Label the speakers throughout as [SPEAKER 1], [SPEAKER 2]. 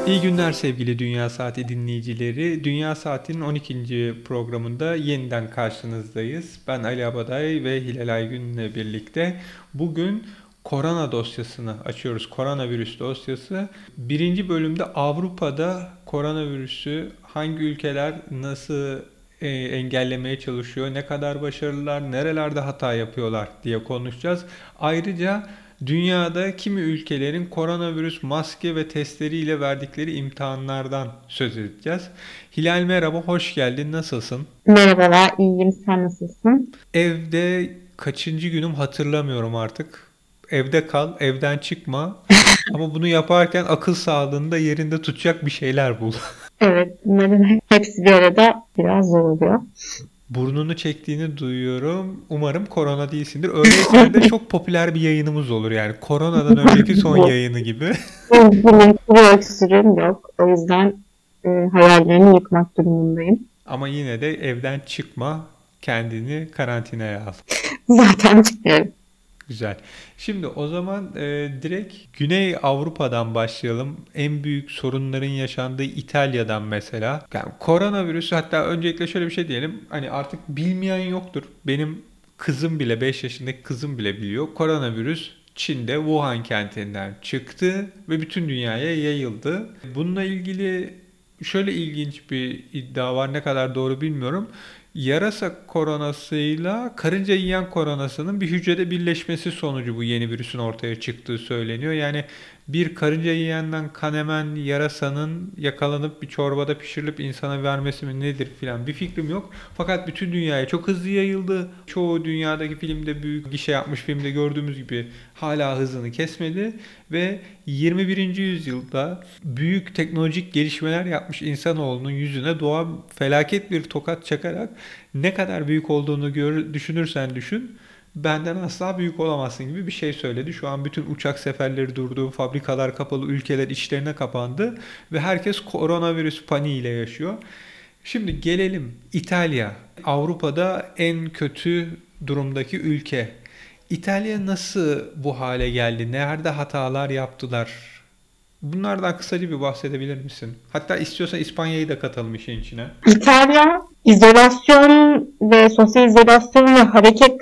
[SPEAKER 1] İyi günler sevgili Dünya Saati dinleyicileri. Dünya Saati'nin 12. programında yeniden karşınızdayız. Ben Ali Abaday ve Hilal Aygün'le birlikte bugün korona dosyasını açıyoruz. Koronavirüs dosyası. Birinci bölümde Avrupa'da koronavirüsü hangi ülkeler nasıl engellemeye çalışıyor, ne kadar başarılılar, nerelerde hata yapıyorlar diye konuşacağız. Ayrıca dünyada kimi ülkelerin koronavirüs maske ve testleriyle verdikleri imtihanlardan söz edeceğiz. Hilal merhaba, hoş geldin. Nasılsın?
[SPEAKER 2] Merhabalar, iyiyim. Sen nasılsın?
[SPEAKER 1] Evde kaçıncı günüm hatırlamıyorum artık. Evde kal, evden çıkma. Ama bunu yaparken akıl sağlığını da yerinde tutacak bir şeyler bul.
[SPEAKER 2] Evet, bunların hepsi bir arada biraz zor oluyor.
[SPEAKER 1] Burnunu çektiğini duyuyorum. Umarım korona değilsindir. Öyleysen de çok popüler bir yayınımız olur yani. Koronadan önceki son
[SPEAKER 2] Bu
[SPEAKER 1] yayını gibi.
[SPEAKER 2] Bunun bir öksürüğüm yok. O yüzden hayallerini yıkmak durumundayım.
[SPEAKER 1] Ama yine de evden çıkma, kendini karantinaya al.
[SPEAKER 2] Zaten çıkıyorum.
[SPEAKER 1] Güzel. Şimdi o zaman direkt Güney Avrupa'dan başlayalım. En büyük sorunların yaşandığı İtalya'dan mesela. Yani koronavirüsü, hatta öncelikle şöyle bir şey diyelim. Hani artık bilmeyen yoktur. Benim kızım bile, 5 yaşındaki kızım bile biliyor. Koronavirüs Çin'de Wuhan kentinden çıktı ve bütün dünyaya yayıldı. Bununla ilgili şöyle ilginç bir iddia var. Ne kadar doğru bilmiyorum. Yarasa koronasıyla karınca yiyen koronasının bir hücrede birleşmesi sonucu bu yeni virüsün ortaya çıktığı söyleniyor. Yani bir karınca yiyenden kan emen yarasanın yakalanıp bir çorbada pişirilip insana vermesi mi nedir filan bir fikrim yok. Fakat bütün dünyaya çok hızlı yayıldı. Çoğu dünyadaki filmde, büyük gişe yapmış filmde gördüğümüz gibi hala hızını kesmedi. Ve 21. yüzyılda büyük teknolojik gelişmeler yapmış insanoğlunun yüzüne doğa felaket bir tokat çakarak ne kadar büyük olduğunu düşünürsen düşün, benden asla büyük olamazsın gibi bir şey söyledi. Şu an bütün uçak seferleri durdu, fabrikalar kapalı, ülkeler içlerine kapandı ve herkes koronavirüs paniğiyle yaşıyor. Şimdi gelelim İtalya. Avrupa'da en kötü durumdaki ülke. İtalya nasıl bu hale geldi? Nerede hatalar yaptılar? Bunlardan kısaca bir bahsedebilir misin? Hatta istiyorsan İspanya'yı da katalım işin içine.
[SPEAKER 2] İtalya, izolasyon ve sosyal izolasyon ve hareket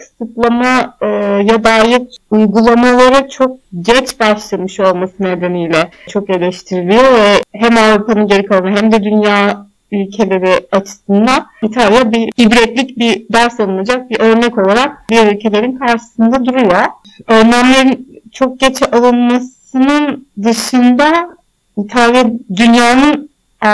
[SPEAKER 2] kısıtlamaya dair uygulamalara çok geç başlamış olması nedeniyle çok eleştiriliyor ve hem Avrupa'nın geri kalanı hem de dünya ülkeleri açısından İtalya bir ibretlik, bir ders alınacak bir örnek olarak diğer ülkelerin karşısında duruyor. Önlemlerin çok geç alınmasının dışında İtalya dünyanın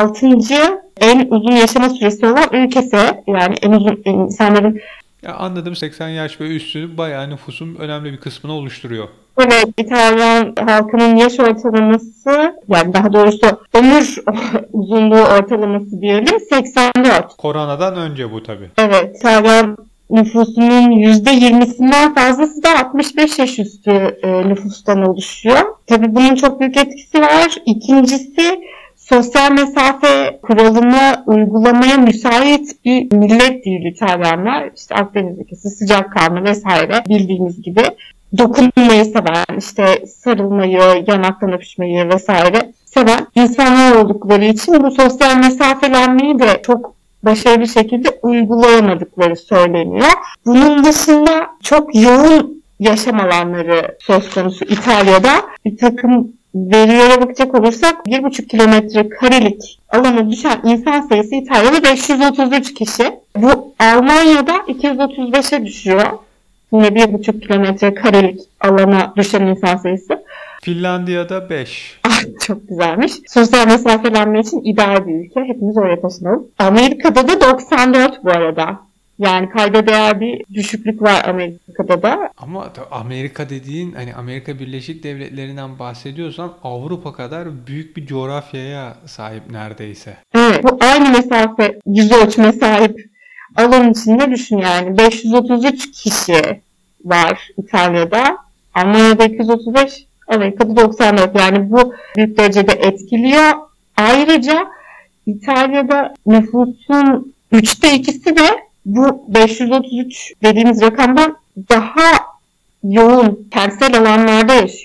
[SPEAKER 2] 6. en uzun yaşama süresi olan ülkesi. Yani en uzun insanların.
[SPEAKER 1] Ya anladım, 80 yaş ve üstü bayağı nüfusun önemli bir kısmını oluşturuyor.
[SPEAKER 2] Evet, İtalyan halkının yaş ortalaması, yani daha doğrusu ömür uzunluğu ortalaması diyelim 84.
[SPEAKER 1] Koronadan önce bu tabii.
[SPEAKER 2] Evet, İtalyan nüfusunun %20'sinden fazlası da 65 yaş üstü nüfustan oluşuyor. Tabii bunun çok büyük etkisi var. İkincisi, sosyal mesafe kuralını uygulamaya müsait bir millet değil İtalyanlar. İşte Akdeniz ülkesi, sıcakkanlı vesaire bildiğimiz gibi. Dokunmayı seven, işte sarılmayı, yanaktan öpüşmeyi vesaire seven insanlar oldukları için bu sosyal mesafelenmeyi de çok başarılı şekilde uygulayamadıkları söyleniyor. Bunun dışında çok yoğun yaşam alanları söz konusu İtalya'da. Bir takım verilere bakacak olursak 1,5 kilometre karelik alana düşen insan sayısı İtalya'da 533 kişi. Bu Almanya'da 235'e düşüyor. Yine 1,5 kilometre karelik alana düşen insan sayısı.
[SPEAKER 1] Finlandiya'da 5.
[SPEAKER 2] Çok güzelmiş. Sosyal mesafelenme için ideal bir ülke. Hepimiz oraya taşınalım. Amerika'da da 94 bu arada. Yani kayda değer bir düşüklük var Amerika'da da.
[SPEAKER 1] Ama Amerika dediğin, hani Amerika Birleşik Devletleri'nden bahsediyorsan Avrupa kadar büyük bir coğrafyaya sahip neredeyse.
[SPEAKER 2] Evet, bu aynı mesafe, yüz ölçüme sahip alan içinde düşün yani. 533 kişi var İtalya'da. Almanya'da 235, Amerika'da 94. Yani bu büyük derecede etkiliyor. Ayrıca İtalya'da nüfusun 2/3'ü de bu 533 dediğimiz rakamdan daha yoğun kentsel alanlarda yaşıyor.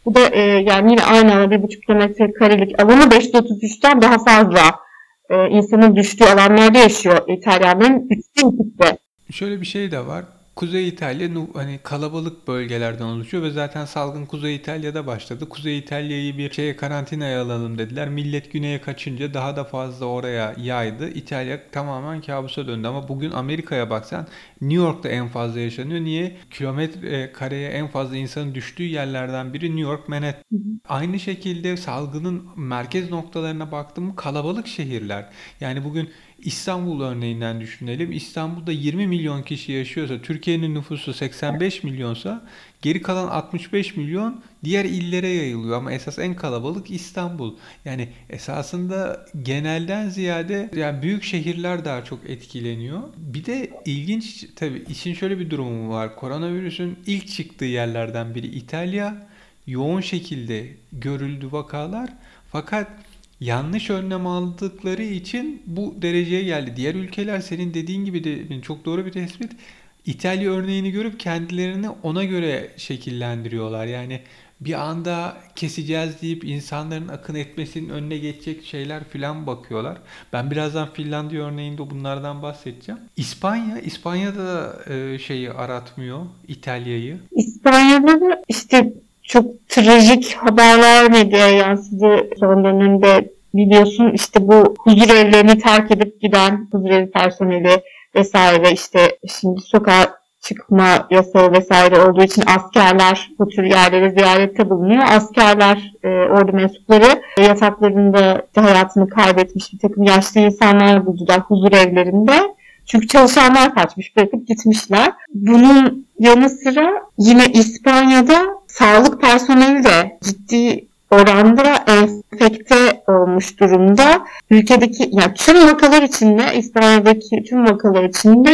[SPEAKER 2] Bu da yani yine aynı alanda 1,5 kilometre karelik alanı 533'ten daha fazla insanın düştüğü alanlarda yaşıyor İtalyanların. Üçte ikisi.
[SPEAKER 1] Şöyle bir şey de var. Kuzey İtalya hani kalabalık bölgelerden oluşuyor ve zaten salgın Kuzey İtalya'da başladı. Kuzey İtalya'yı bir karantinaya alalım dediler. Millet güneye kaçınca daha da fazla oraya yaydı. İtalya tamamen kabusa döndü ama bugün Amerika'ya baksan New York'ta en fazla yaşanıyor. Niye? Kilometre kareye en fazla insanın düştüğü yerlerden biri New York, Manhattan. Aynı şekilde salgının merkez noktalarına baktım kalabalık şehirler. Yani bugün İstanbul örneğinden düşünelim. İstanbul'da 20 milyon kişi yaşıyorsa, Türkiye'nin nüfusu 85 milyonsa, geri kalan 65 milyon diğer illere yayılıyor. Ama esas en kalabalık İstanbul. Yani esasında genelden ziyade yani büyük şehirler daha çok etkileniyor. Bir de ilginç tabii işin şöyle bir durumu var. Koronavirüsün ilk çıktığı yerlerden biri İtalya. Yoğun şekilde görüldü vakalar. Fakat yanlış önlem aldıkları için bu dereceye geldi. Diğer ülkeler senin dediğin gibi de çok doğru bir tespit. İtalya örneğini görüp kendilerini ona göre şekillendiriyorlar. Yani bir anda keseceğiz deyip insanların akın etmesinin önüne geçecek şeyler filan bakıyorlar. Ben birazdan Finlandiya örneğinde bunlardan bahsedeceğim. İspanya'da da şeyi aratmıyor İtalya'yı.
[SPEAKER 2] İspanya'da da işte çok trajik haberler medyaya yansıdı son dönemde. Biliyorsun işte bu huzur evlerini terk edip giden huzur evi personeli vesaire, işte şimdi sokağa çıkma yasağı vesaire olduğu için askerler bu tür yerlere ziyarette bulunuyor. Askerler, ordu mensupları yataklarında işte hayatını kaybetmiş bir takım yaşlı insanlar buldular huzur evlerinde. Çünkü çalışanlar kaçmış, bırakıp gitmişler. Bunun yanı sıra yine İspanya'da sağlık personeli de ciddi oranda enfekte olmuş durumda. Ülkedeki yani tüm vakalar içinde, İspanya'daki tüm vakalar içinde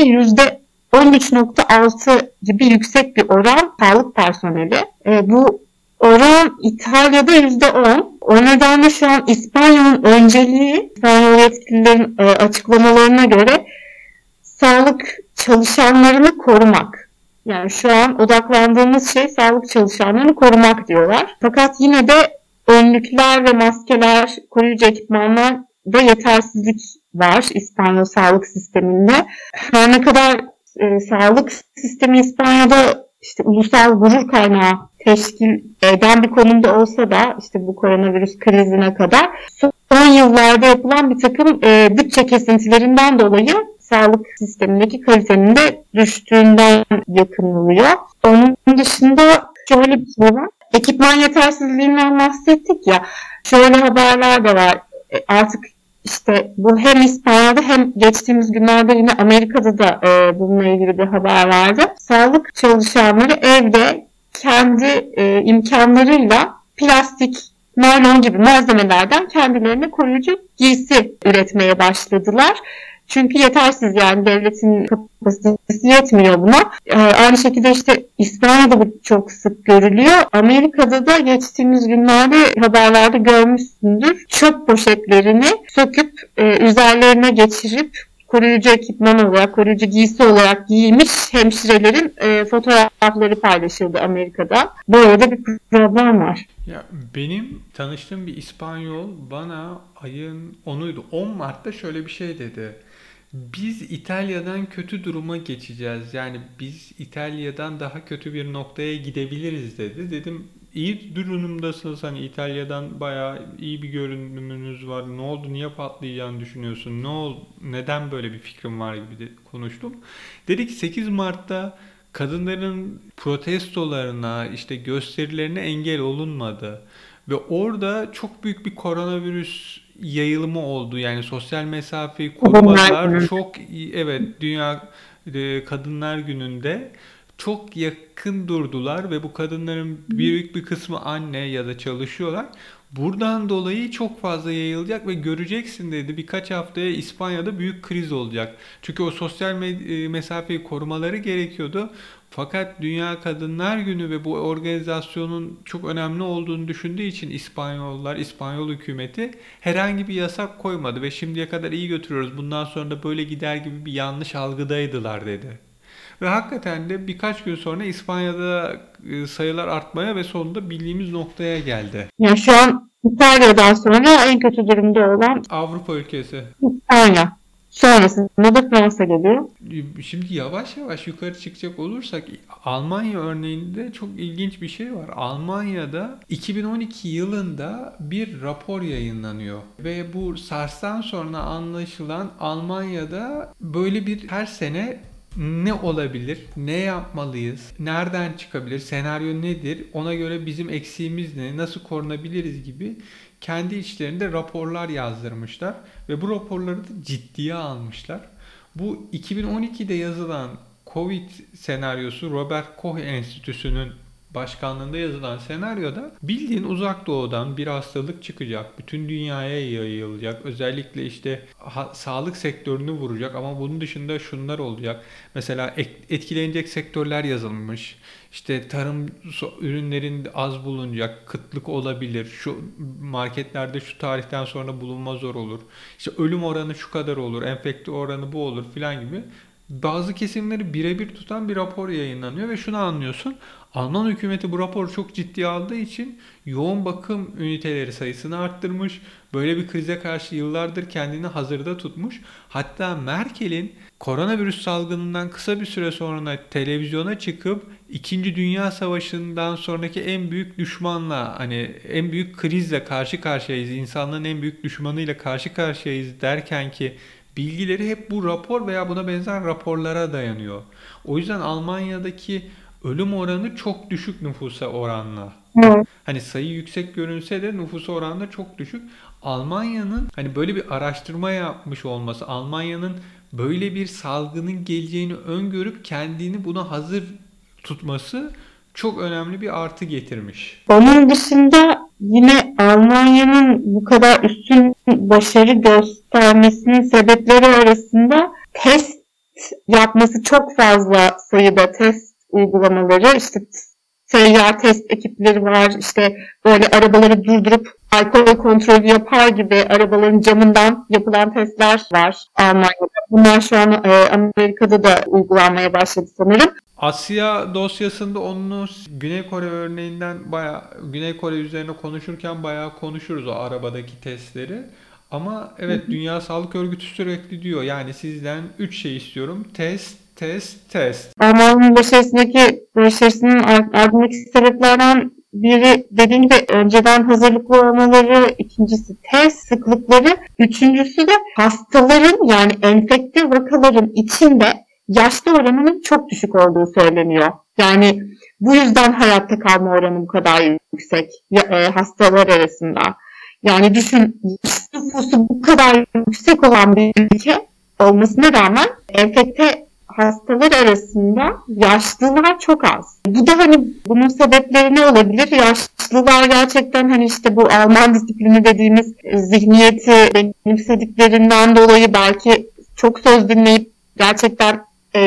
[SPEAKER 2] %13,6 gibi yüksek bir oran sağlık personeli. Bu oran İtalya'da %10. O nedenle şu an İspanya'nın önceliği, İspanyol yetkililerin açıklamalarına göre sağlık çalışanlarını korumak. Yani şu an odaklandığımız şey sağlık çalışanlarını korumak diyorlar. Fakat yine de önlükler ve maskeler, koruyucu ekipmanlar da yetersizlik var İspanyol sağlık sisteminde. Her ne kadar sağlık sistemi İspanya'da işte ulusal gurur kaynağı teşkil eden bir konumda olsa da işte bu koronavirüs krizine kadar son yıllarda yapılan bir takım bütçe kesintilerinden dolayı sağlık sistemindeki kalitenin de düştüğünden yakınılıyor. Onun dışında şöyle bir şey var. Ekipman yetersizliğinden bahsettik ya. Şöyle haberler de var. Artık işte bu hem İspanya'da hem geçtiğimiz günlerde yine Amerika'da da bununla ilgili bir haber vardı. Sağlık çalışanları evde kendi imkanlarıyla plastik, naylon gibi malzemelerden kendilerine koruyucu giysi üretmeye başladılar. Çünkü yetersiz, yani devletin kapasitesi yetmiyor buna. Aynı şekilde işte İspanya'da bu çok sık görülüyor. Amerika'da da geçtiğimiz günlerde haberlerde görmüşsündür. Çöp poşetlerini söküp üzerlerine geçirip koruyucu ekipman olarak, koruyucu giysi olarak giymiş hemşirelerin fotoğrafları paylaşıldı Amerika'da. Böyle bir problem var.
[SPEAKER 1] Ya benim tanıştığım bir İspanyol bana ayın 10'uydu. 10 Mart'ta şöyle bir şey dedi. Biz İtalya'dan kötü duruma geçeceğiz. Yani biz İtalya'dan daha kötü bir noktaya gidebiliriz dedi. Dedim iyi durumdasınız, hani İtalya'dan bayağı iyi bir görünümünüz var. Ne oldu? Niye patlayacağını düşünüyorsun? Ne oldu? Neden böyle bir fikrin var gibi de konuştum. Dedik 8 Mart'ta kadınların protestolarına, işte gösterilerine engel olunmadı. Ve orada çok büyük bir koronavirüs yayılımı oldu. Yani sosyal mesafeyi korumadılar. Çok iyi, evet, Dünya Kadınlar Günü'nde çok yakın durdular ve bu kadınların büyük bir kısmı anne ya da çalışıyorlar. Buradan dolayı çok fazla yayılacak ve göreceksin dedi, birkaç haftaya İspanya'da büyük kriz olacak. Çünkü o sosyal mesafeyi korumaları gerekiyordu. Fakat Dünya Kadınlar Günü ve bu organizasyonun çok önemli olduğunu düşündüğü için İspanyollar, İspanyol hükümeti herhangi bir yasak koymadı ve şimdiye kadar iyi götürüyoruz. Bundan sonra da böyle gider gibi bir yanlış algıdaydılar dedi. Ve hakikaten de birkaç gün sonra İspanya'da sayılar artmaya ve sonunda bildiğimiz noktaya geldi.
[SPEAKER 2] Yani şu an İtalya'dan sonra en kötü durumda olan
[SPEAKER 1] Avrupa ülkesi.
[SPEAKER 2] İspanya. Sonrasında da Fransa geliyor.
[SPEAKER 1] Şimdi yavaş yavaş yukarı çıkacak olursak Almanya örneğinde çok ilginç bir şey var. Almanya'da 2012 yılında bir rapor yayınlanıyor ve bu SARS'tan sonra anlaşılan Almanya'da böyle bir her sene ne olabilir, ne yapmalıyız, nereden çıkabilir, senaryo nedir, ona göre bizim eksiğimiz ne, nasıl korunabiliriz gibi kendi içlerinde raporlar yazdırmışlar ve bu raporları da ciddiye almışlar. Bu 2012'de yazılan Covid senaryosu Robert Koch Enstitüsü'nün başkanlığında yazılan senaryoda bildiğin uzak doğudan bir hastalık çıkacak, bütün dünyaya yayılacak, özellikle işte sağlık sektörünü vuracak ama bunun dışında şunlar olacak. Mesela etkilenecek sektörler yazılmış. İşte tarım ürünlerin az bulunacak, kıtlık olabilir, şu marketlerde şu tarihten sonra bulunma zor olur. İşte ölüm oranı şu kadar olur, enfekte oranı bu olur filan gibi bazı kesimleri birebir tutan bir rapor yayınlanıyor ve şunu anlıyorsun. Alman hükümeti bu raporu çok ciddiye aldığı için yoğun bakım üniteleri sayısını arttırmış. Böyle bir krize karşı yıllardır kendini hazırda tutmuş. Hatta Merkel'in koronavirüs salgınından kısa bir süre sonra televizyona çıkıp İkinci Dünya Savaşı'ndan sonraki en büyük düşmanla hani en büyük krizle karşı karşıyayız, insanlığın en büyük düşmanıyla karşı karşıyayız derken ki bilgileri hep bu rapor veya buna benzer raporlara dayanıyor. O yüzden Almanya'daki ölüm oranı çok düşük nüfusa oranla.
[SPEAKER 2] Evet.
[SPEAKER 1] Hani sayı yüksek görünse de nüfusa oranla çok düşük. Almanya'nın hani böyle bir araştırma yapmış olması, Almanya'nın böyle bir salgının geleceğini öngörüp kendini buna hazır tutması çok önemli bir artı getirmiş.
[SPEAKER 2] Onun dışında yine Almanya'nın bu kadar üstün başarı göstermesinin sebepleri arasında test yapması, çok fazla sayıda test uygulamaları, işte seyyar test ekipleri var, işte böyle arabaları durdurup alkol kontrolü yapar gibi arabaların camından yapılan testler var Almanya'da. Bunlar şu an Amerika'da da uygulanmaya başladı sanırım.
[SPEAKER 1] Asya dosyasında onu Güney Kore örneğinden bayağı Güney Kore üzerine konuşurken bayağı konuşuruz o arabadaki testleri. Ama evet Dünya Sağlık Örgütü sürekli diyor yani sizden 3 şey istiyorum. Test, test, test.
[SPEAKER 2] Alman'ın başarısının ardındaki sebeplerden biri, dediğim gibi, önceden hazırlıklı olmaları, ikincisi test sıklıkları, üçüncüsü de hastaların, yani enfekte vakaların içinde yaşlı oranının çok düşük olduğu söyleniyor. Yani bu yüzden hayatta kalma oranı bu kadar yüksek hastalar arasında. Yani düşün, nüfusu bu kadar yüksek olan bir ülke olmasına rağmen enfekte hastalar arasında yaşlılar çok az. Bu da hani bunun sebepleri ne olabilir? Yaşlılar gerçekten hani işte bu Alman disiplini dediğimiz zihniyeti benimsediklerinden dolayı belki çok söz dinleyip gerçekten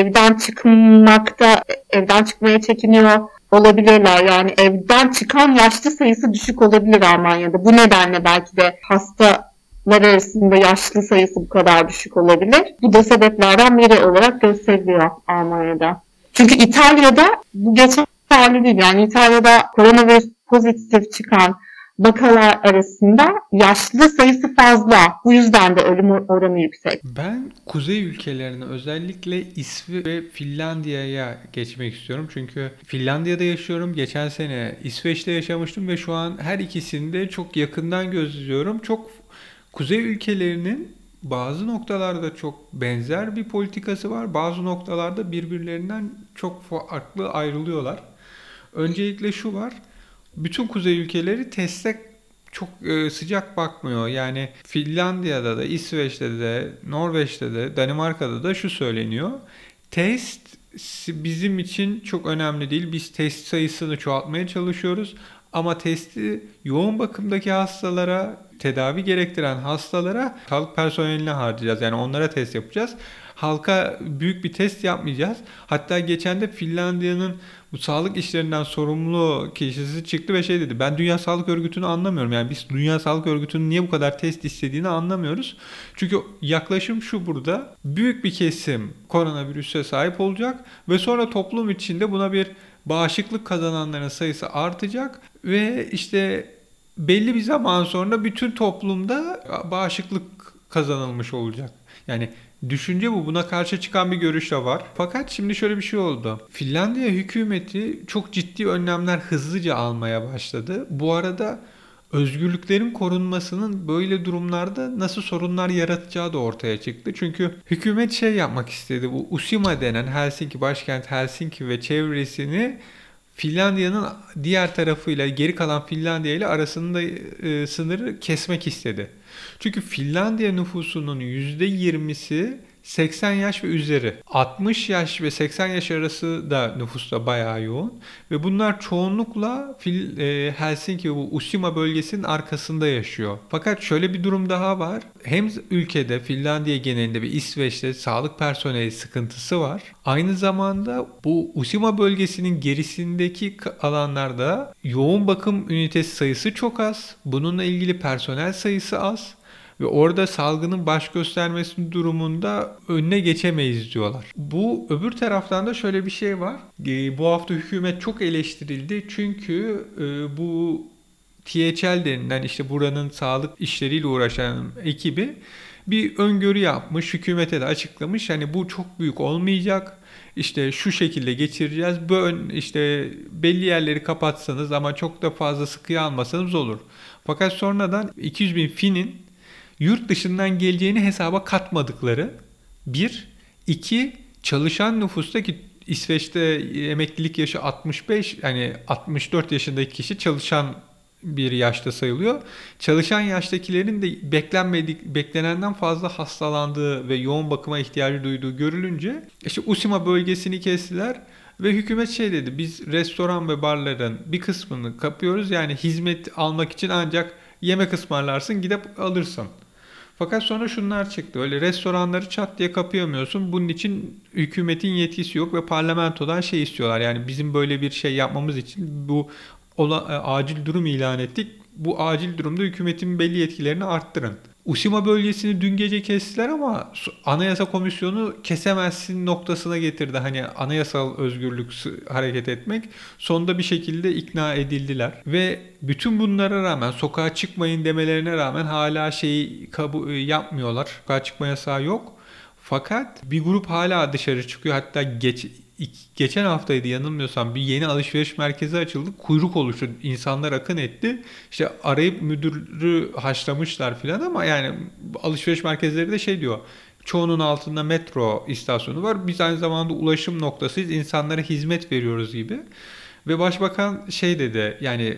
[SPEAKER 2] evden çıkmaya çekiniyor olabilirler. Yani evden çıkan yaşlı sayısı düşük olabilir Almanya'da. Bu nedenle belki de hastalar arasında yaşlı sayısı bu kadar düşük olabilir. Bu da sebeplerden biri olarak gösteriliyor Almanya'da. Çünkü İtalya'da bu geçerli değil. Yani İtalya'da koronavirüs pozitif çıkan vakalar arasında yaşlı sayısı fazla. Bu yüzden de ölüm oranı yüksek.
[SPEAKER 1] Ben kuzey ülkelerine özellikle İsveç ve Finlandiya'ya geçmek istiyorum. Çünkü Finlandiya'da yaşıyorum. Geçen sene İsveç'te yaşamıştım ve şu an her ikisini de çok yakından gözlüyorum. Çok kuzey ülkelerinin bazı noktalarda çok benzer bir politikası var. Bazı noktalarda birbirlerinden çok farklı ayrılıyorlar. Öncelikle şu var. Bütün kuzey ülkeleri teste çok sıcak bakmıyor. Yani Finlandiya'da da, İsveç'te de, Norveç'te de, Danimarka'da da şu söyleniyor. Test bizim için çok önemli değil. Biz test sayısını çoğaltmaya çalışıyoruz. Ama testi yoğun bakımdaki hastalara, tedavi gerektiren hastalara, sağlık personeline harcayacağız. Yani onlara test yapacağız. Halka büyük bir test yapmayacağız. Hatta geçen de Finlandiya'nın bu sağlık işlerinden sorumlu kişisi çıktı ve şey dedi. Ben Dünya Sağlık Örgütü'nü anlamıyorum. Yani biz Dünya Sağlık Örgütü'nün niye bu kadar test istediğini anlamıyoruz. Çünkü yaklaşım şu burada. Büyük bir kesim koronavirüse sahip olacak ve sonra toplum içinde buna bir bağışıklık kazananların sayısı artacak ve işte belli bir zaman sonra bütün toplumda bağışıklık kazanılmış olacak. Yani düşünce bu. Buna karşı çıkan bir görüş de var. Fakat şimdi şöyle bir şey oldu. Finlandiya hükümeti çok ciddi önlemler hızlıca almaya başladı. Bu arada özgürlüklerin korunmasının böyle durumlarda nasıl sorunlar yaratacağı da ortaya çıktı. Çünkü hükümet şey yapmak istedi. Bu Uusimaa denen Helsinki, başkent Helsinki ve çevresini Finlandiya'nın diğer tarafıyla, geri kalan Finlandiya ile arasında sınırı kesmek istedi. Çünkü Finlandiya nüfusunun %20'si 80 yaş ve üzeri. 60 yaş ve 80 yaş arası da nüfusta bayağı yoğun. Ve bunlar çoğunlukla Helsinki ve bu Uusimaa bölgesinin arkasında yaşıyor. Fakat şöyle bir durum daha var. Hem ülkede, Finlandiya genelinde ve İsveç'te sağlık personeli sıkıntısı var. Aynı zamanda bu Uusimaa bölgesinin gerisindeki alanlarda yoğun bakım ünitesi sayısı çok az. Bununla ilgili personel sayısı az. Ve orada salgının baş göstermesi durumunda önüne geçemeyiz diyorlar. Bu öbür taraftan da şöyle bir şey var. Bu hafta hükümet çok eleştirildi. Çünkü bu THL denilen işte buranın sağlık işleriyle uğraşan ekibi bir öngörü yapmış. Hükümete de açıklamış. Hani bu çok büyük olmayacak. İşte şu şekilde geçireceğiz. İşte belli yerleri kapatsanız ama çok da fazla sıkıya almasanız olur. Fakat sonradan 200 bin Fin'in yurt dışından geleceğini hesaba katmadıkları bir. İki, çalışan nüfustaki İsveç'te emeklilik yaşı 65, yani 64 yaşındaki kişi çalışan bir yaşta sayılıyor. Çalışan yaştakilerin de beklenenden fazla hastalandığı ve yoğun bakıma ihtiyacı duyduğu görülünce işte Uusimaa bölgesini kestiler ve hükümet şey dedi, biz restoran ve barların bir kısmını kapıyoruz, yani hizmet almak için ancak yemek ısmarlarsın, gidip alırsın. Fakat sonra şunlar çıktı. Öyle restoranları çat diye kapayamıyorsun. Bunun için hükümetin yetkisi yok ve parlamentodan şey istiyorlar. Yani bizim böyle bir şey yapmamız için acil durum ilan ettik. Bu acil durumda hükümetin belli yetkilerini arttırın. Uusimaa bölgesini dün gece kestiler ama Anayasa Komisyonu kesemezsin noktasına getirdi. Hani anayasal özgürlük hareket etmek. Sonunda bir şekilde ikna edildiler. Ve bütün bunlara rağmen, sokağa çıkmayın demelerine rağmen hala şeyi yapmıyorlar. Sokağa çıkma yasağı yok. Fakat bir grup hala dışarı çıkıyor. Hatta geçen haftaydı yanılmıyorsam, bir yeni alışveriş merkezi açıldı. Kuyruk oluştu. İnsanlar akın etti. İşte arayıp müdürü haşlamışlar filan ama yani alışveriş merkezleri de şey diyor. Çoğunun altında metro istasyonu var. Biz aynı zamanda ulaşım noktasıyız. İnsanlara hizmet veriyoruz gibi. Ve başbakan şey dedi. Yani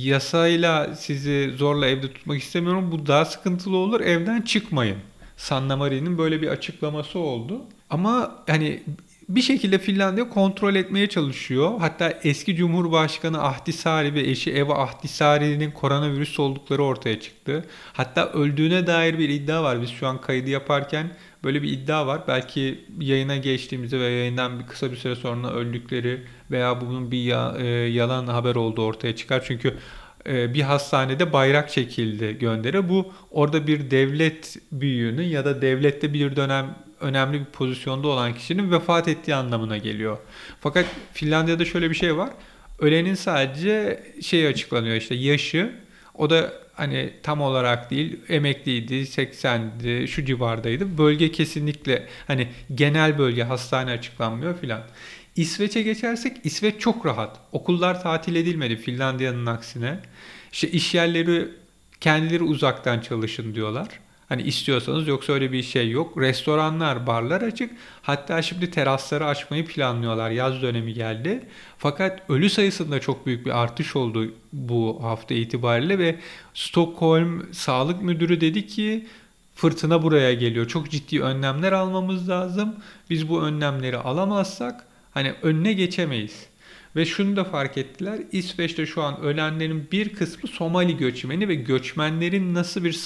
[SPEAKER 1] yasayla sizi zorla evde tutmak istemiyorum. Bu daha sıkıntılı olur. Evden çıkmayın. Sanna Marin'in böyle bir açıklaması oldu. Ama hani bir şekilde Finlandiya kontrol etmeye çalışıyor. Hatta eski Cumhurbaşkanı Ahtisaari ve eşi Eva Ahtisaari'nin koronavirüs oldukları ortaya çıktı. Hatta öldüğüne dair bir iddia var. Biz şu an kaydı yaparken böyle bir iddia var. Belki yayına geçtiğimizde ve yayından bir kısa bir süre sonra öldükleri veya bunun bir yalan haber olduğu ortaya çıkar. Çünkü bir hastanede bayrak çekildi gönderi. Bu orada bir devlet büyüğünün ya da devlette bir dönem önemli bir pozisyonda olan kişinin vefat ettiği anlamına geliyor. Fakat Finlandiya'da şöyle bir şey var. Ölenin sadece şey açıklanıyor, işte yaşı. O da hani tam olarak değil, emekliydi, 80'di, şu civardaydı. Bölge kesinlikle hani genel bölge, hastane açıklanmıyor filan. İsveç'e geçersek İsveç çok rahat. Okullar tatil edilmedi Finlandiya'nın aksine. İşte iş yerleri kendileri uzaktan çalışın diyorlar. Hani istiyorsanız, yoksa öyle bir şey yok. Restoranlar, barlar açık. Hatta şimdi terasları açmayı planlıyorlar. Yaz dönemi geldi. Fakat ölü sayısında çok büyük bir artış oldu bu hafta itibariyle ve Stockholm Sağlık Müdürü dedi ki fırtına buraya geliyor. Çok ciddi önlemler almamız lazım. Biz bu önlemleri alamazsak hani önüne geçemeyiz. Ve şunu da fark ettiler. İsveç'te şu an ölenlerin bir kısmı Somali göçmeni ve göçmenlerin nasıl bir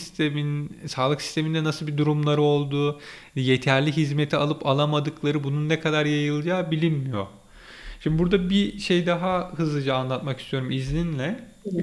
[SPEAKER 1] sağlık sisteminde nasıl bir durumları olduğu, yeterli hizmeti alıp alamadıkları, bunun ne kadar yayılacağı bilinmiyor. Şimdi burada bir şey daha hızlıca anlatmak istiyorum izninle.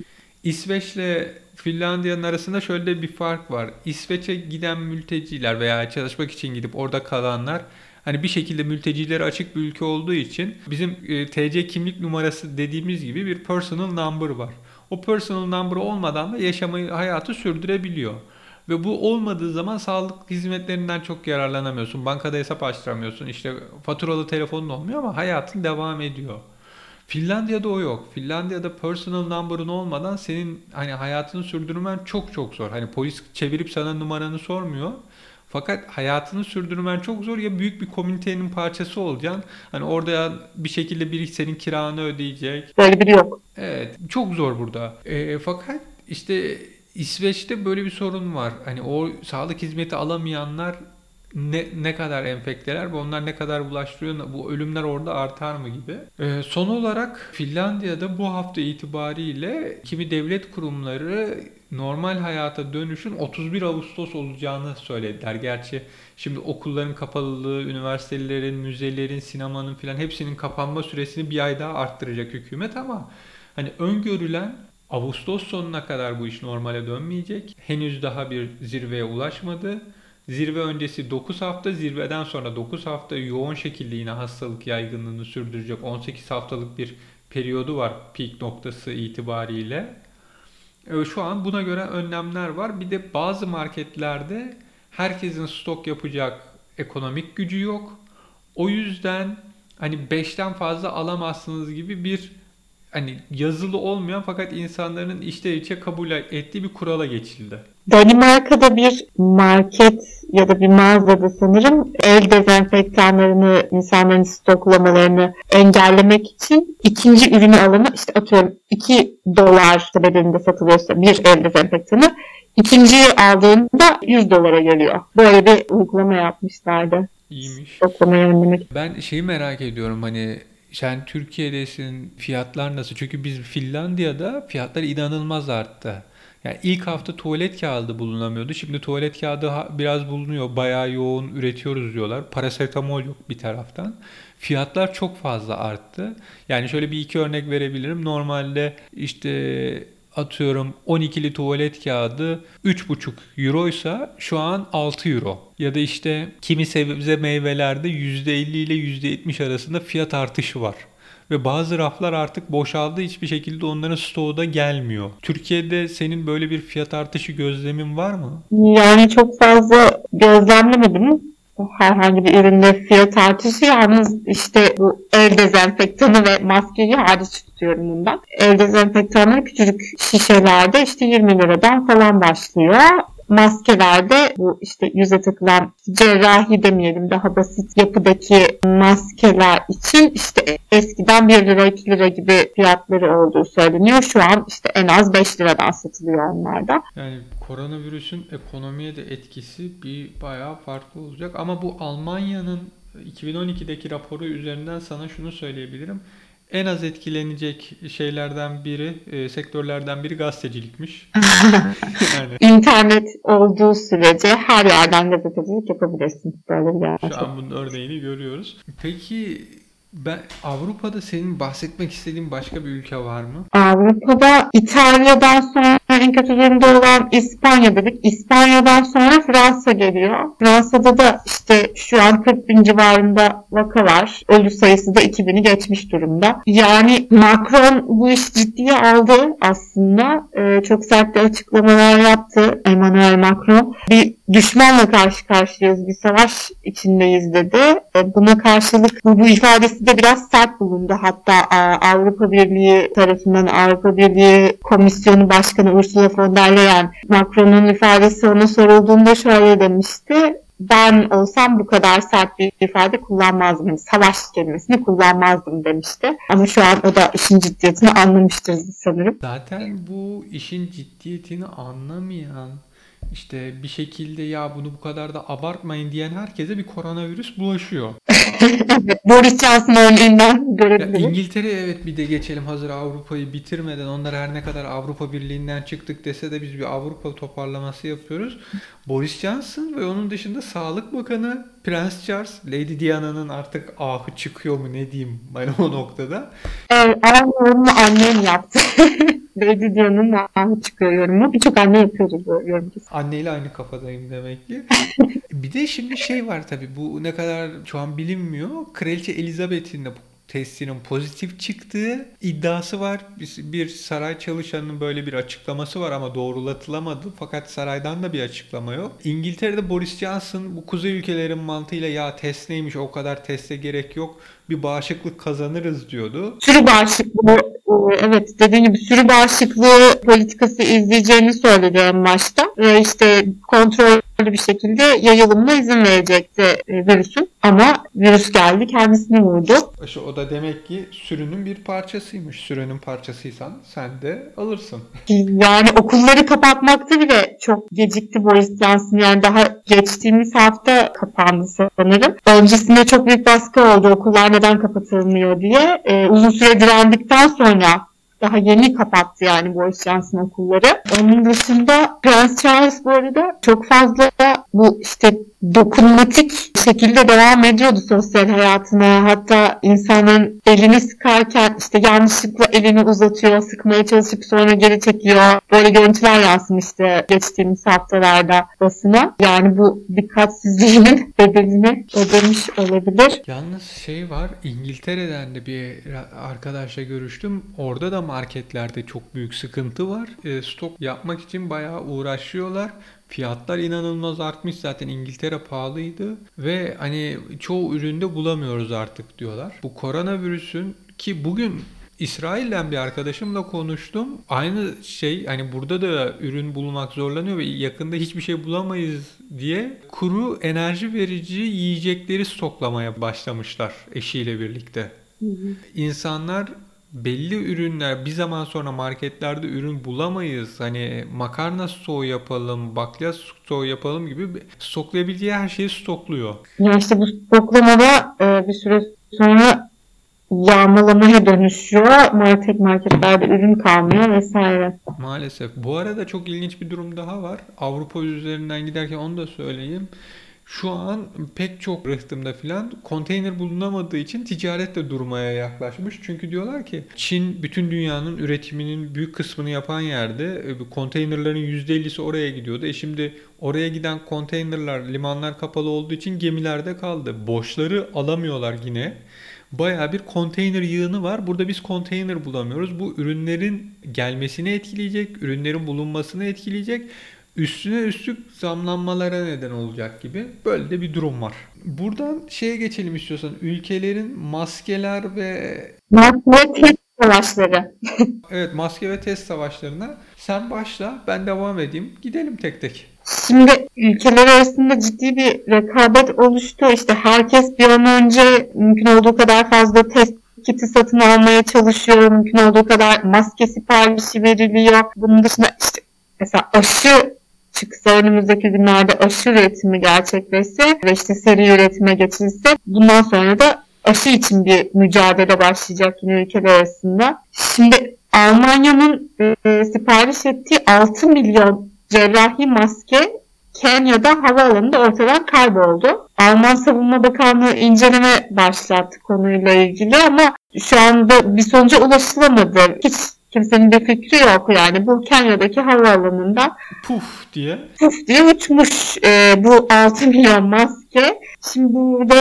[SPEAKER 1] İsveç'le Finlandiya'nın arasında şöyle bir fark var. İsveç'e giden mülteciler veya çalışmak için gidip orada kalanlar hani bir şekilde mültecilere açık bir ülke olduğu için bizim TC kimlik numarası dediğimiz gibi bir personal number var. O personal number olmadan da yaşamayı, hayatı sürdürebiliyor. Ve bu olmadığı zaman sağlık hizmetlerinden çok yararlanamıyorsun. Bankada hesap açtıramıyorsun. İşte faturalı telefonun olmuyor ama hayatın devam ediyor. Finlandiya'da o yok. Finlandiya'da personal number'ın olmadan senin hani hayatını sürdürmen çok çok zor. Hani polis çevirip sana numaranı sormuyor. Fakat hayatını sürdürmen çok zor, ya büyük bir komünitenin parçası olacaksın. Hani orada bir şekilde biri senin kiranı ödeyecek.
[SPEAKER 2] Böyle biri yok.
[SPEAKER 1] Evet, çok zor burada. Fakat işte İsveç'te böyle bir sorun var. Hani o sağlık hizmeti alamayanlar ne kadar enfekteler ve onlar ne kadar bulaştırıyor, bu ölümler orada artar mı gibi. Son olarak Finlandiya'da bu hafta itibariyle kimi devlet kurumları normal hayata dönüşün 31 Ağustos olacağını söylediler. Gerçi şimdi okulların kapalılığı, üniversitelerin, müzelerin, sinemanın filan hepsinin kapanma süresini bir ay daha arttıracak hükümet ama hani öngörülen Ağustos sonuna kadar bu iş normale dönmeyecek. Henüz daha bir zirveye ulaşmadı. Zirve öncesi 9 hafta, zirveden sonra 9 hafta yoğun şekilde yine hastalık yaygınlığını sürdürecek 18 haftalık bir periyodu var peak noktası itibariyle. Şu an buna göre önlemler var. Bir de bazı marketlerde herkesin stok yapacak ekonomik gücü yok. O yüzden hani beşten fazla alamazsınız gibi bir hani yazılı olmayan fakat insanların içten içe kabul ettiği bir kurala geçildi.
[SPEAKER 2] Danimarka'da bir market ya da bir mağazada sanırım el dezenfektanlarını, insanların stoklamalarını engellemek için ikinci ürünü alımı işte atıyorum $2 bedelinde satılıyorsa bir el dezenfektanı ikinciyi aldığında $100 geliyor. Böyle bir uygulama yapmışlardı.
[SPEAKER 1] İyiymiş.
[SPEAKER 2] Stoklamayı önlemek.
[SPEAKER 1] Ben şeyi merak ediyorum, hani sen Türkiye'desin, fiyatlar nasıl? Çünkü biz Finlandiya'da fiyatlar inanılmaz arttı. Yani ilk hafta tuvalet kağıdı bulunamıyordu. Şimdi tuvalet kağıdı biraz bulunuyor. Bayağı yoğun üretiyoruz diyorlar. Parasetamol yok bir taraftan. Fiyatlar çok fazla arttı. Yani şöyle bir iki örnek verebilirim. Normalde işte atıyorum 12'li tuvalet kağıdı 3,5 euroysa şu an 6 euro. Ya da işte kimi sebze meyvelerde %50 ile %70 arasında fiyat artışı var. Ve bazı raflar artık boşaldı, hiçbir şekilde onların stoğu da gelmiyor. Türkiye'de senin böyle bir fiyat artışı gözlemin var mı?
[SPEAKER 2] Yani çok fazla gözlemlemedim. Herhangi bir üründe fiyat artışı, yalnız işte bu el dezenfektanı ve maskeyi hariç tutuyorum bundan. El dezenfektanları küçücük şişelerde işte 20 liradan falan başlıyor. Maskelerde bu işte yüze takılan cerrahi demeyelim, daha basit yapıdaki maskeler için işte eskiden 1 lira 2 lira gibi fiyatları olduğu söyleniyor. Şu an işte en az 5 liradan satılıyor onlarda.
[SPEAKER 1] Yani koronavirüsün ekonomiye de etkisi bir bayağı farklı olacak. Ama bu Almanya'nın 2012'deki raporu üzerinden sana şunu söyleyebilirim. En az etkilenecek şeylerden biri, sektörlerden biri gazetecilikmiş. Yani
[SPEAKER 2] İnternet olduğu sürece her yerden gazetecilik yapabilirsin. Böyle bir
[SPEAKER 1] şu
[SPEAKER 2] gerçek.
[SPEAKER 1] an bunun örneğini görüyoruz. Peki ben Avrupa'da senin bahsetmek istediğin başka bir ülke var mı?
[SPEAKER 2] Avrupa'da İtalya'dan sonra en kötü durumda olan İspanya dedik. İspanya'dan sonra Fransa geliyor. Fransa'da da işte şu an 40 bin civarında vaka var. Ölü sayısı da 2000'i geçmiş durumda. Yani Macron bu işi ciddiye aldı aslında. Çok sert de açıklamalar yaptı Emmanuel Macron. Bir düşmanla karşı karşıyayız, bir savaş içindeyiz dedi. Buna karşılık bu ifadesi de biraz sert bulundu. Hatta Avrupa Birliği tarafından Avrupa Birliği Komisyonu Başkanı Ursula von der Leyen, Macron'un ifadesi ona sorulduğunda şöyle demişti: ben olsam bu kadar sert bir ifade kullanmazdım. Savaş kelimesini kullanmazdım demişti. Ama şu an o da işin ciddiyetini anlamıştır sanırım.
[SPEAKER 1] Zaten bu işin ciddiyetini anlamayan, işte bir şekilde ya bunu bu kadar da abartmayın diyen herkese bir koronavirüs bulaşıyor.
[SPEAKER 2] Evet, Boris Johnson örneğinden
[SPEAKER 1] Ya
[SPEAKER 2] görebiliriz.
[SPEAKER 1] İngiltere, evet, bir de geçelim, hazır Avrupa'yı bitirmeden. Onlar her ne kadar Avrupa Birliği'nden çıktık dese de biz bir Avrupa toparlaması yapıyoruz. Boris Johnson ve onun dışında Sağlık Bakanı Prens Charles, Lady Diana'nın artık ahı çıkıyor mu ne diyeyim ben o noktada.
[SPEAKER 2] Aynı yorumu annem yaptı. Lady Diana'nın ahı çıkıyor yorumu. Birçok anne yapıyordu bu yorumu.
[SPEAKER 1] Anneyle aynı kafadayım demek ki. Bir de şimdi şey var tabii, bu ne kadar şu an bilinmiyor. Kraliçe Elizabeth'in de bu testinin pozitif çıktığı iddiası var. Bir saray çalışanının böyle bir açıklaması var ama doğrulatılamadı. Fakat saraydan da bir açıklama yok. İngiltere'de Boris Johnson bu kuzey ülkelerin mantığıyla ya test neymiş, o kadar teste gerek yok, bir bağışıklık kazanırız diyordu.
[SPEAKER 2] Sürü bağışıklığı, evet dediğim gibi sürü bağışıklığı politikası izleyeceğini söyledi en başta. Ve işte kontrollü bir şekilde yayılımına izin verecekti virüsün. Ama virüs geldi, kendisini vurdu.
[SPEAKER 1] İşte o da demek ki sürünün bir parçasıymış. Sürünün parçasıysan sen de alırsın.
[SPEAKER 2] Yani okulları kapatmakta bile çok gecikti Boris Johnson. Yani daha geçtiğimiz hafta kapandı sanırım. Öncesinde çok büyük baskı oldu okullar neden kapatılmıyor diye. Uzun süre direndikten sonra daha yeni kapattı yani Boris Johnson okulları. Onun dışında Prens Charles bu arada çok fazla bu işte dokunmatik şekilde devam ediyordu sosyal hayatına. Hatta insanın elini sıkarken işte yanlışlıkla elini uzatıyor, sıkmaya çalışıp sonra geri çekiyor. Böyle görüntüler yansımıştı geçtiğimiz haftalarda basına. Yani bu dikkatsizliğinin bedelini ödemiş olabilir.
[SPEAKER 1] Yalnız şey var, İngiltere'den de bir arkadaşla görüştüm. Orada da marketlerde çok büyük sıkıntı var. Stok yapmak için bayağı uğraşıyorlar. Fiyatlar inanılmaz artmış, zaten İngiltere pahalıydı ve hani çoğu üründe bulamıyoruz artık diyorlar. Bu koronavirüsün, ki bugün İsrail'den bir arkadaşımla konuştum. Aynı şey, hani burada da ürün bulmak zorlanıyor ve yakında hiçbir şey bulamayız diye kuru enerji verici yiyecekleri stoklamaya başlamışlar eşiyle birlikte. İnsanlar belli ürünler, bir zaman sonra marketlerde ürün bulamayız, hani makarna stoğu yapalım, bakliyat stoğu yapalım gibi stoklayabildiği her şeyi stokluyor.
[SPEAKER 2] Yani işte bu stoklamada bir süre sonra yağmalamaya dönüşüyor. Marketlerde ürün kalmıyor vesaire.
[SPEAKER 1] Maalesef. Bu arada çok ilginç bir durum daha var. Avrupa üzerinden giderken onu da söyleyeyim. Şu an pek çok rıhtımda filan konteyner bulunamadığı için ticaret de durmaya yaklaşmış. Çünkü diyorlar ki Çin bütün dünyanın üretiminin büyük kısmını yapan yerde, konteynerların %50'si oraya gidiyordu. Şimdi oraya giden konteynerlar, limanlar kapalı olduğu için gemilerde kaldı. Boşları alamıyorlar yine. Bayağı bir konteyner yığını var. Burada biz konteyner bulamıyoruz. Bu ürünlerin gelmesini etkileyecek, ürünlerin bulunmasını etkileyecek. Üstüne üstlük zamlanmalara neden olacak gibi böyle de bir durum var. Buradan şeye geçelim istiyorsan. Ülkelerin maskeler ve
[SPEAKER 2] Maske test savaşları.
[SPEAKER 1] evet, maske ve test savaşlarına sen başla, ben devam edeyim. Gidelim tek tek.
[SPEAKER 2] Şimdi ülkeler arasında ciddi bir rekabet oluştu. İşte herkes bir an önce mümkün olduğu kadar fazla test kiti satın almaya çalışıyor. Mümkün olduğu kadar maske siparişi veriliyor. Bunun dışında işte mesela aşı çıksa, önümüzdeki günlerde aşı üretimi gerçekleşse ve işte seri üretime geçilse, bundan sonra da aşı için bir mücadele başlayacak yine ülkeler arasında. Şimdi Almanya'nın sipariş ettiği 6 milyon cerrahi maske Kenya'da havaalanında ortadan kayboldu. Alman Savunma Bakanlığı inceleme başlattı konuyla ilgili ama şu anda bir sonuca ulaşılamadı. Hiç kimsenin bir fikri yok yani. Bu Kenya'daki havaalanında
[SPEAKER 1] Puf diye.
[SPEAKER 2] puf diye uçmuş bu 6 milyon maske. Şimdi burada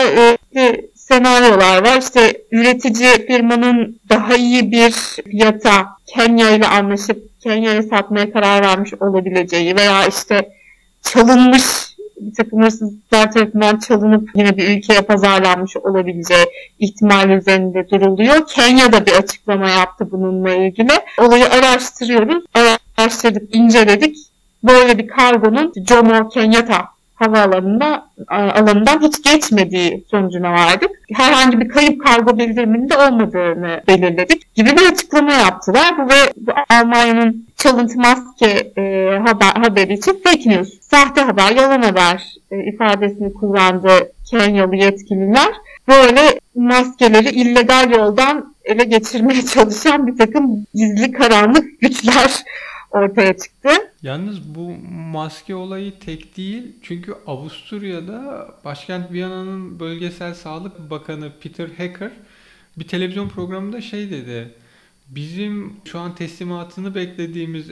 [SPEAKER 2] senaryolar var. İşte üretici firmanın daha iyi bir fiyata Kenya ile anlaşıp Kenya'ya satmaya karar vermiş olabileceği veya işte çalınmış, bir takım hırsızlar tarafından çalınıp yine bir ülkeye pazarlanmış olabileceği ihtimali üzerinde duruluyor. Kenya da bir açıklama yaptı bununla ilgili. Olayı araştırıyoruz. Araştırdık, inceledik. Böyle bir kargonun Jomo Kenyatta alanından hiç geçmediği sonucuna vardık. Herhangi bir kayıp kargo bildiriminde olmadığını belirledik gibi bir açıklama yaptılar. Bu Almanya'nın çalıntı maske haberi için fake news, sahte haber, yalan haber ifadesini kullandı Kenyalı yetkililer. Böyle maskeleri illegal yoldan ele geçirmeye çalışan bir takım gizli karanlık güçler ortaya çıktı.
[SPEAKER 1] Yalnız bu maske olayı tek değil. Çünkü Avusturya'da başkent Viyana'nın bölgesel sağlık bakanı Peter Hacker bir televizyon programında şey dedi. Bizim şu an teslimatını beklediğimiz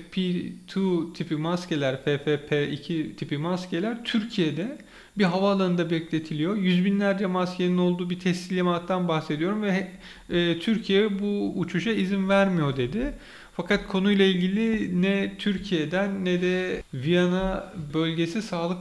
[SPEAKER 1] FFP2 tipi maskeler, FFP2 tipi maskeler Türkiye'de bir havaalanında bekletiliyor. Yüz binlerce maskenin olduğu bir teslimattan bahsediyorum ve Türkiye bu uçuşa izin vermiyor dedi. Fakat konuyla ilgili ne Türkiye'den ne de Viyana Bölgesi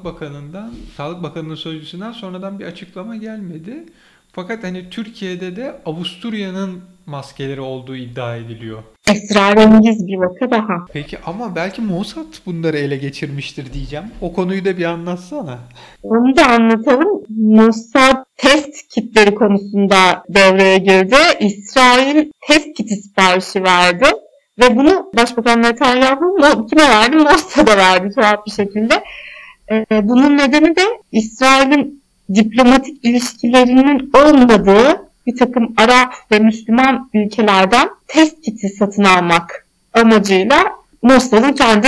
[SPEAKER 1] Sağlık Bakanı'nın sözcüsünden sonradan bir açıklama gelmedi. Fakat hani Türkiye'de de Avusturya'nın maskeleri olduğu iddia ediliyor.
[SPEAKER 2] Esrarengiz bir vaka daha.
[SPEAKER 1] Peki ama belki Mossad bunları ele geçirmiştir diyeceğim. O konuyu da bir anlatsana.
[SPEAKER 2] Onu da anlatalım. Mossad test kitleri konusunda devreye girdi. İsrail test kiti siparişi verdi. Ve bunu Başbakan Netanyahu kime verdi? Mossad'a verdi tuhaf bir şekilde. Bunun nedeni de İsrail'in diplomatik ilişkilerinin olmadığı bir takım Arap ve Müslüman ülkelerden test kiti satın almak amacıyla Mossad'ın kendi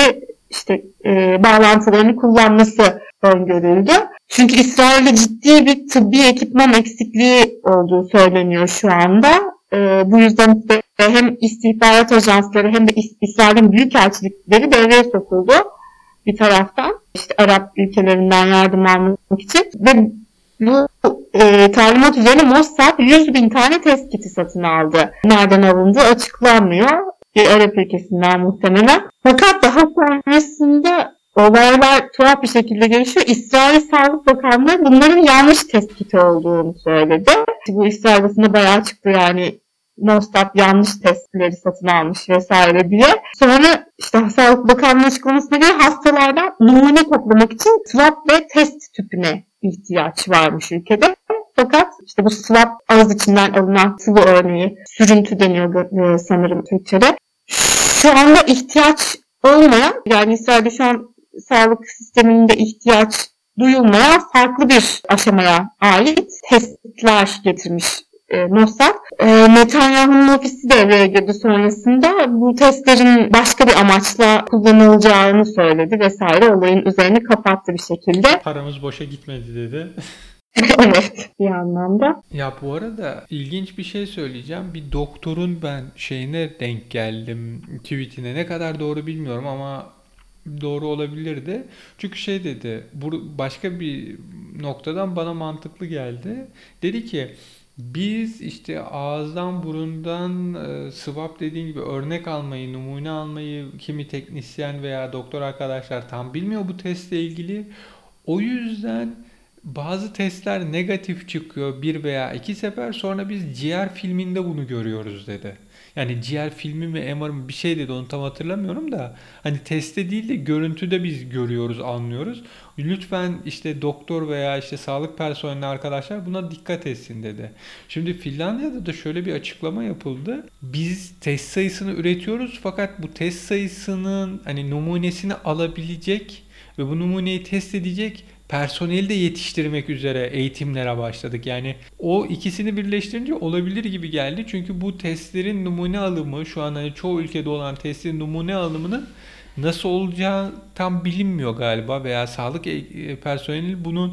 [SPEAKER 2] bağlantılarını kullanması öngörüldü. Çünkü İsrail'de ciddi bir tıbbi ekipman eksikliği olduğu söyleniyor şu anda. Bu yüzden hem istihbarat ajansları hem de İsrail'in büyükelçilikleri devreye sokuldu bir taraftan. Arap ülkelerinden yardım almak için ve bu talimat üzerine Mossad 100.000 tane test kiti satın aldı. Nereden alındığı açıklanmıyor. Bir Arap ülkesinden muhtemelen. Fakat daha sonrasında olaylar tuhaf bir şekilde gelişiyor. İsrail Sağlık Bakanlığı bunların yanlış test kiti olduğunu söyledi. Bu İsrail basında bayağı çıktı yani Mossad yanlış testleri satın almış vesaire diye. Sonra Sağlık Bakanlığı açıklamasına göre hastalardan numune toplamak için swab ve test tüpüne ihtiyaç varmış ülkede. Fakat bu swab ağız içinden alınan sıvı örneği, sürüntü deniyor sanırım Türkçe'de. Şu anda ihtiyaç olmayan, yani İsrail'de şu an sağlık sisteminde ihtiyaç duyulmayan farklı bir aşamaya ait testler getirmiş Mossad. Netanyahu'nun ofisi devreye girdi sonrasında. Bu testlerin başka bir amaçla kullanılacağını söyledi vesaire. Olayın üzerini kapattı bir şekilde.
[SPEAKER 1] Paramız boşa gitmedi dedi.
[SPEAKER 2] Evet, bir anlamda.
[SPEAKER 1] Ya bu arada ilginç bir şey söyleyeceğim. Bir doktorun ben şeyine denk geldim, tweetine. Ne kadar doğru bilmiyorum ama doğru olabilirdi. Çünkü şey dedi, başka bir noktadan bana mantıklı geldi. Dedi ki biz ağızdan burundan swab dediğin gibi örnek almayı, numune almayı kimi teknisyen veya doktor arkadaşlar tam bilmiyor bu testle ilgili. O yüzden bazı testler negatif çıkıyor bir veya iki sefer, sonra biz ciğer filminde bunu görüyoruz dedi. Yani ciğer filmi mi MR mı bir şey dedi, onu tam hatırlamıyorum da hani testte değil de görüntüde biz görüyoruz, anlıyoruz. Lütfen doktor veya sağlık personeli arkadaşlar buna dikkat etsin dedi. Şimdi Finlandiya'da da şöyle bir açıklama yapıldı. Biz test sayısını üretiyoruz fakat bu test sayısının hani numunesini alabilecek ve bu numuneyi test edecek personeli de yetiştirmek üzere eğitimlere başladık. Yani o ikisini birleştirince olabilir gibi geldi. Çünkü bu testlerin numune alımı şu an hani çoğu ülkede olan testlerin numune alımının nasıl olacağı tam bilinmiyor galiba veya sağlık personeli bunun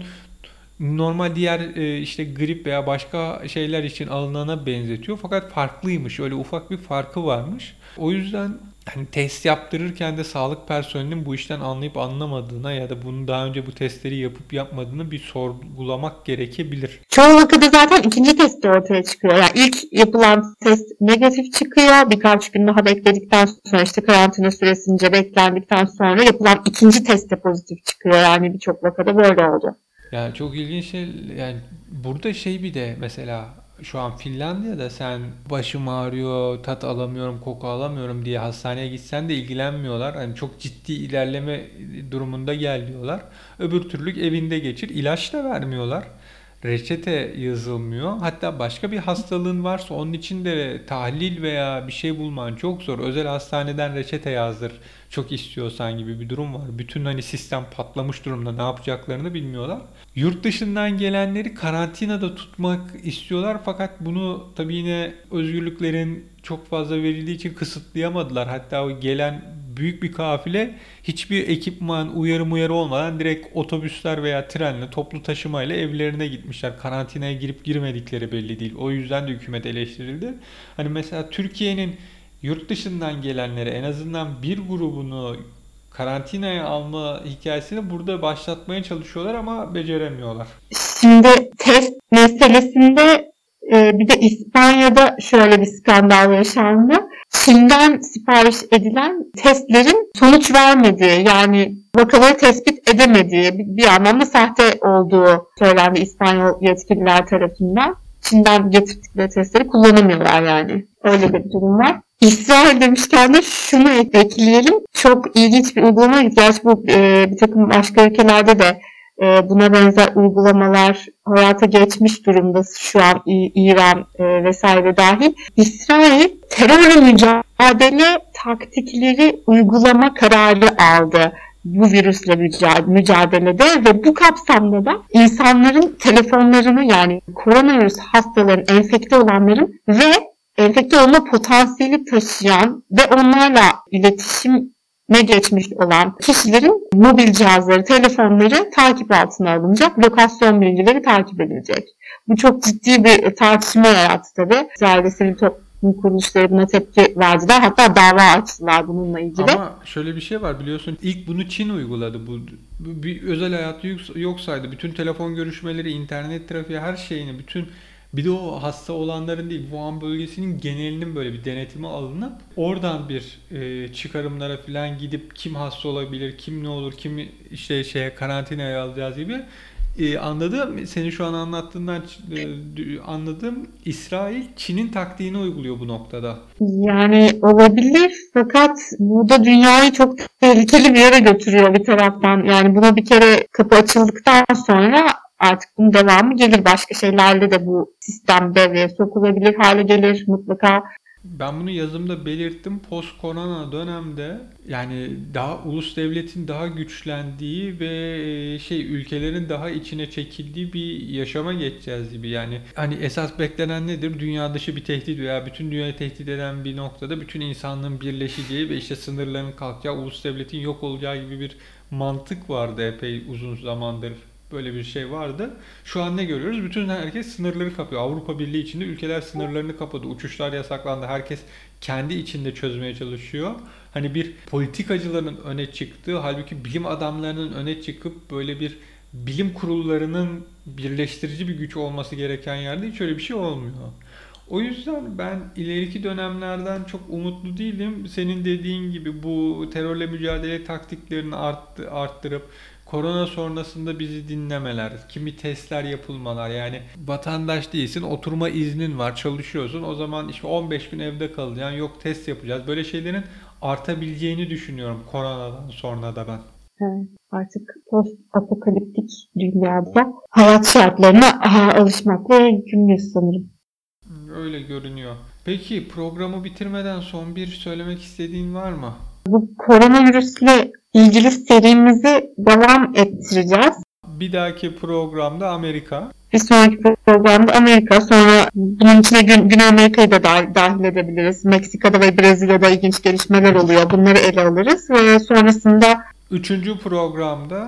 [SPEAKER 1] normal diğer grip veya başka şeyler için alınana benzetiyor. Fakat farklıymış. Öyle ufak bir farkı varmış. O yüzden hani test yaptırırken de sağlık personelinin bu işten anlayıp anlamadığına ya da bunu daha önce bu testleri yapıp yapmadığını bir sorgulamak gerekebilir.
[SPEAKER 2] Çoğu vakıda zaten ikinci test de ortaya çıkıyor. Yani ilk yapılan test negatif çıkıyor. Birkaç gün daha bekledikten sonra karantina süresince beklendikten sonra yapılan ikinci test de pozitif çıkıyor. Yani birçok vakada böyle oldu.
[SPEAKER 1] Yani çok ilginç şey, yani burada bir de mesela şu an Finlandiya'da sen başım ağrıyor, tat alamıyorum, koku alamıyorum diye hastaneye gitsen de ilgilenmiyorlar. Hani çok ciddi ilerleme durumunda gel diyorlar. Öbür türlü evinde geçir. İlaç da vermiyorlar. Reçete yazılmıyor. Hatta başka bir hastalığın varsa onun için de tahlil veya bir şey bulman çok zor. Özel hastaneden reçete yazdır. Çok istiyorsan gibi bir durum var. Bütün hani sistem patlamış durumda, ne yapacaklarını bilmiyorlar. Yurt dışından gelenleri karantinada tutmak istiyorlar fakat bunu tabii yine özgürlüklerin çok fazla verildiği için kısıtlayamadılar. Hatta o gelen büyük bir kafile hiçbir ekipman, uyarı olmadan direkt otobüsler veya trenle, toplu taşımayla evlerine gitmişler. Karantinaya girip girmedikleri belli değil. O yüzden de hükümet eleştirildi. Hani mesela Türkiye'nin yurt dışından gelenlere en azından bir grubunu karantinaya alma hikayesini burada başlatmaya çalışıyorlar ama beceremiyorlar.
[SPEAKER 2] Şimdi test meselesinde bir de İspanya'da şöyle bir skandal yaşandı. Çin'den sipariş edilen testlerin sonuç vermediği, yani vakaları tespit edemediği, bir anlamda sahte olduğu söylendi İspanyol yetkililer tarafından. Çin'den getirdikleri testleri kullanamıyorlar yani. Öyle bir durum var. İsrail demişken de şunu ekleyelim. Çok ilginç bir uygulama. Gerçi bu bir takım başka ülkelerde de buna benzer uygulamalar hayata geçmiş durumda şu an İran vesaire dahil. İsrail terörle mücadele taktikleri uygulama kararı aldı bu virüsle mücadelede ve bu kapsamda da insanların telefonlarını, yani koronavirüs hastaların, enfekte olanların ve enfekte olma potansiyeli taşıyan ve onlarla iletişime geçmiş olan kişilerin mobil cihazları, telefonları takip altına alınacak, lokasyon bilgileri takip edilecek. Bu çok ciddi bir tartışma yarattı tabii. İsrail'de sivil toplum kuruluşları buna tepki verdiler. Hatta dava açtılar bununla ilgili.
[SPEAKER 1] Ama şöyle bir şey var, biliyorsun ilk bunu Çin uyguladı. Bu bir özel hayatı yok saydı. Bütün telefon görüşmeleri, internet trafiği, her şeyini, bütün bir de o hasta olanların değil, Wuhan bölgesinin genelinin böyle bir denetime alınıp oradan bir çıkarımlara falan gidip kim hasta olabilir, kim ne olur, kim işte karantinaya alacağız gibi anladım. Senin şu an anlattığından anladım. İsrail Çin'in taktiğini uyguluyor bu noktada.
[SPEAKER 2] Yani olabilir fakat bu da dünyayı çok tehlikeli bir yere götürüyor bir taraftan. Yani buna bir kere kapı açıldıktan sonra artık bunun devamı gelir. Başka şeylerle de bu sistem devreye sokulabilir hale gelir mutlaka.
[SPEAKER 1] Ben bunu yazımda belirttim. Post korona dönemde yani daha ulus devletin daha güçlendiği ve ülkelerin daha içine çekildiği bir yaşama geçeceğiz gibi. Yani hani esas beklenen nedir? Dünya dışı bir tehdit veya bütün dünyayı tehdit eden bir noktada bütün insanlığın birleşeceği ve işte sınırların kalkacağı, ulus devletin yok olacağı gibi bir mantık vardı epey uzun zamandır. Böyle bir şey vardı. Şu an ne görüyoruz? Bütün herkes sınırları kapıyor. Avrupa Birliği içinde ülkeler sınırlarını kapadı. Uçuşlar yasaklandı. Herkes kendi içinde çözmeye çalışıyor. Hani bir politikacıların öne çıktığı, halbuki bilim adamlarının öne çıkıp böyle bir bilim kurullarının birleştirici bir güç olması gereken yerde hiç öyle bir şey olmuyor. O yüzden ben ileriki dönemlerden çok umutlu değilim. Senin dediğin gibi bu terörle mücadele taktiklerini arttırıp korona sonrasında bizi dinlemeler, kimi testler yapılmalar, yani vatandaş değilsin, oturma iznin var, çalışıyorsun, o zaman işte 15 gün evde kalacaksın, yok test yapacağız. Böyle şeylerin artabileceğini düşünüyorum koronadan sonra da ben.
[SPEAKER 2] Evet, artık post apokaliptik dünyada hayat şartlarına alışmakla yükümlüyüz sanırım.
[SPEAKER 1] Öyle görünüyor. Peki programı bitirmeden son bir söylemek istediğin var mı?
[SPEAKER 2] Bu koronavirüsle ilgili serimizi devam ettireceğiz.
[SPEAKER 1] Bir dahaki programda Amerika.
[SPEAKER 2] Bir sonraki programda Amerika, sonra bunun içine Güney Amerika'yı da dahil edebiliriz. Meksika'da ve Brezilya'da ilginç gelişmeler oluyor. Bunları ele alırız ve sonrasında
[SPEAKER 1] Üçüncü programda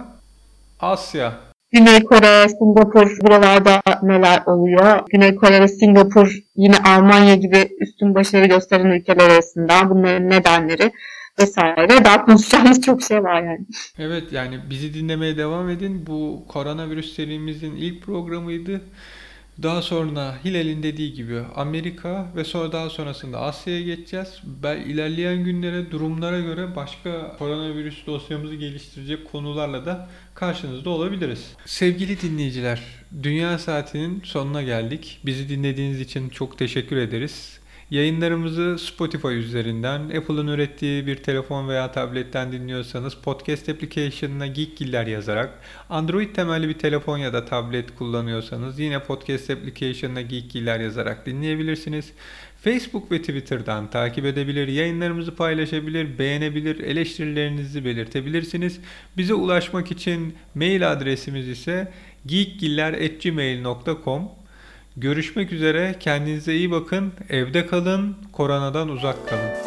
[SPEAKER 1] Asya.
[SPEAKER 2] Güney Kore, Singapur, buralarda neler oluyor? Güney Kore ve Singapur yine Almanya gibi üstün başarı gösteren ülkeler arasında. Bunların nedenleri vesaire. Daha konuşacağımız çok şey var yani.
[SPEAKER 1] Evet, yani bizi dinlemeye devam edin. Bu koronavirüs serimizin ilk programıydı. Daha sonra Hilal'in dediği gibi Amerika ve sonra daha sonrasında Asya'ya geçeceğiz. İlerleyen günlere, durumlara göre başka koronavirüs dosyamızı geliştirecek konularla da karşınızda olabiliriz. Sevgili dinleyiciler, Dünya Saati'nin sonuna geldik. Bizi dinlediğiniz için çok teşekkür ederiz. Yayınlarımızı Spotify üzerinden, Apple'ın ürettiği bir telefon veya tabletten dinliyorsanız podcast application'ına Geekgiller yazarak, Android temelli bir telefon ya da tablet kullanıyorsanız yine podcast application'ına Geekgiller yazarak dinleyebilirsiniz. Facebook ve Twitter'dan takip edebilir, yayınlarımızı paylaşabilir, beğenebilir, eleştirilerinizi belirtebilirsiniz. Bize ulaşmak için mail adresimiz ise geekgiller@gmail.com. Görüşmek üzere, kendinize iyi bakın, evde kalın, koronadan uzak kalın.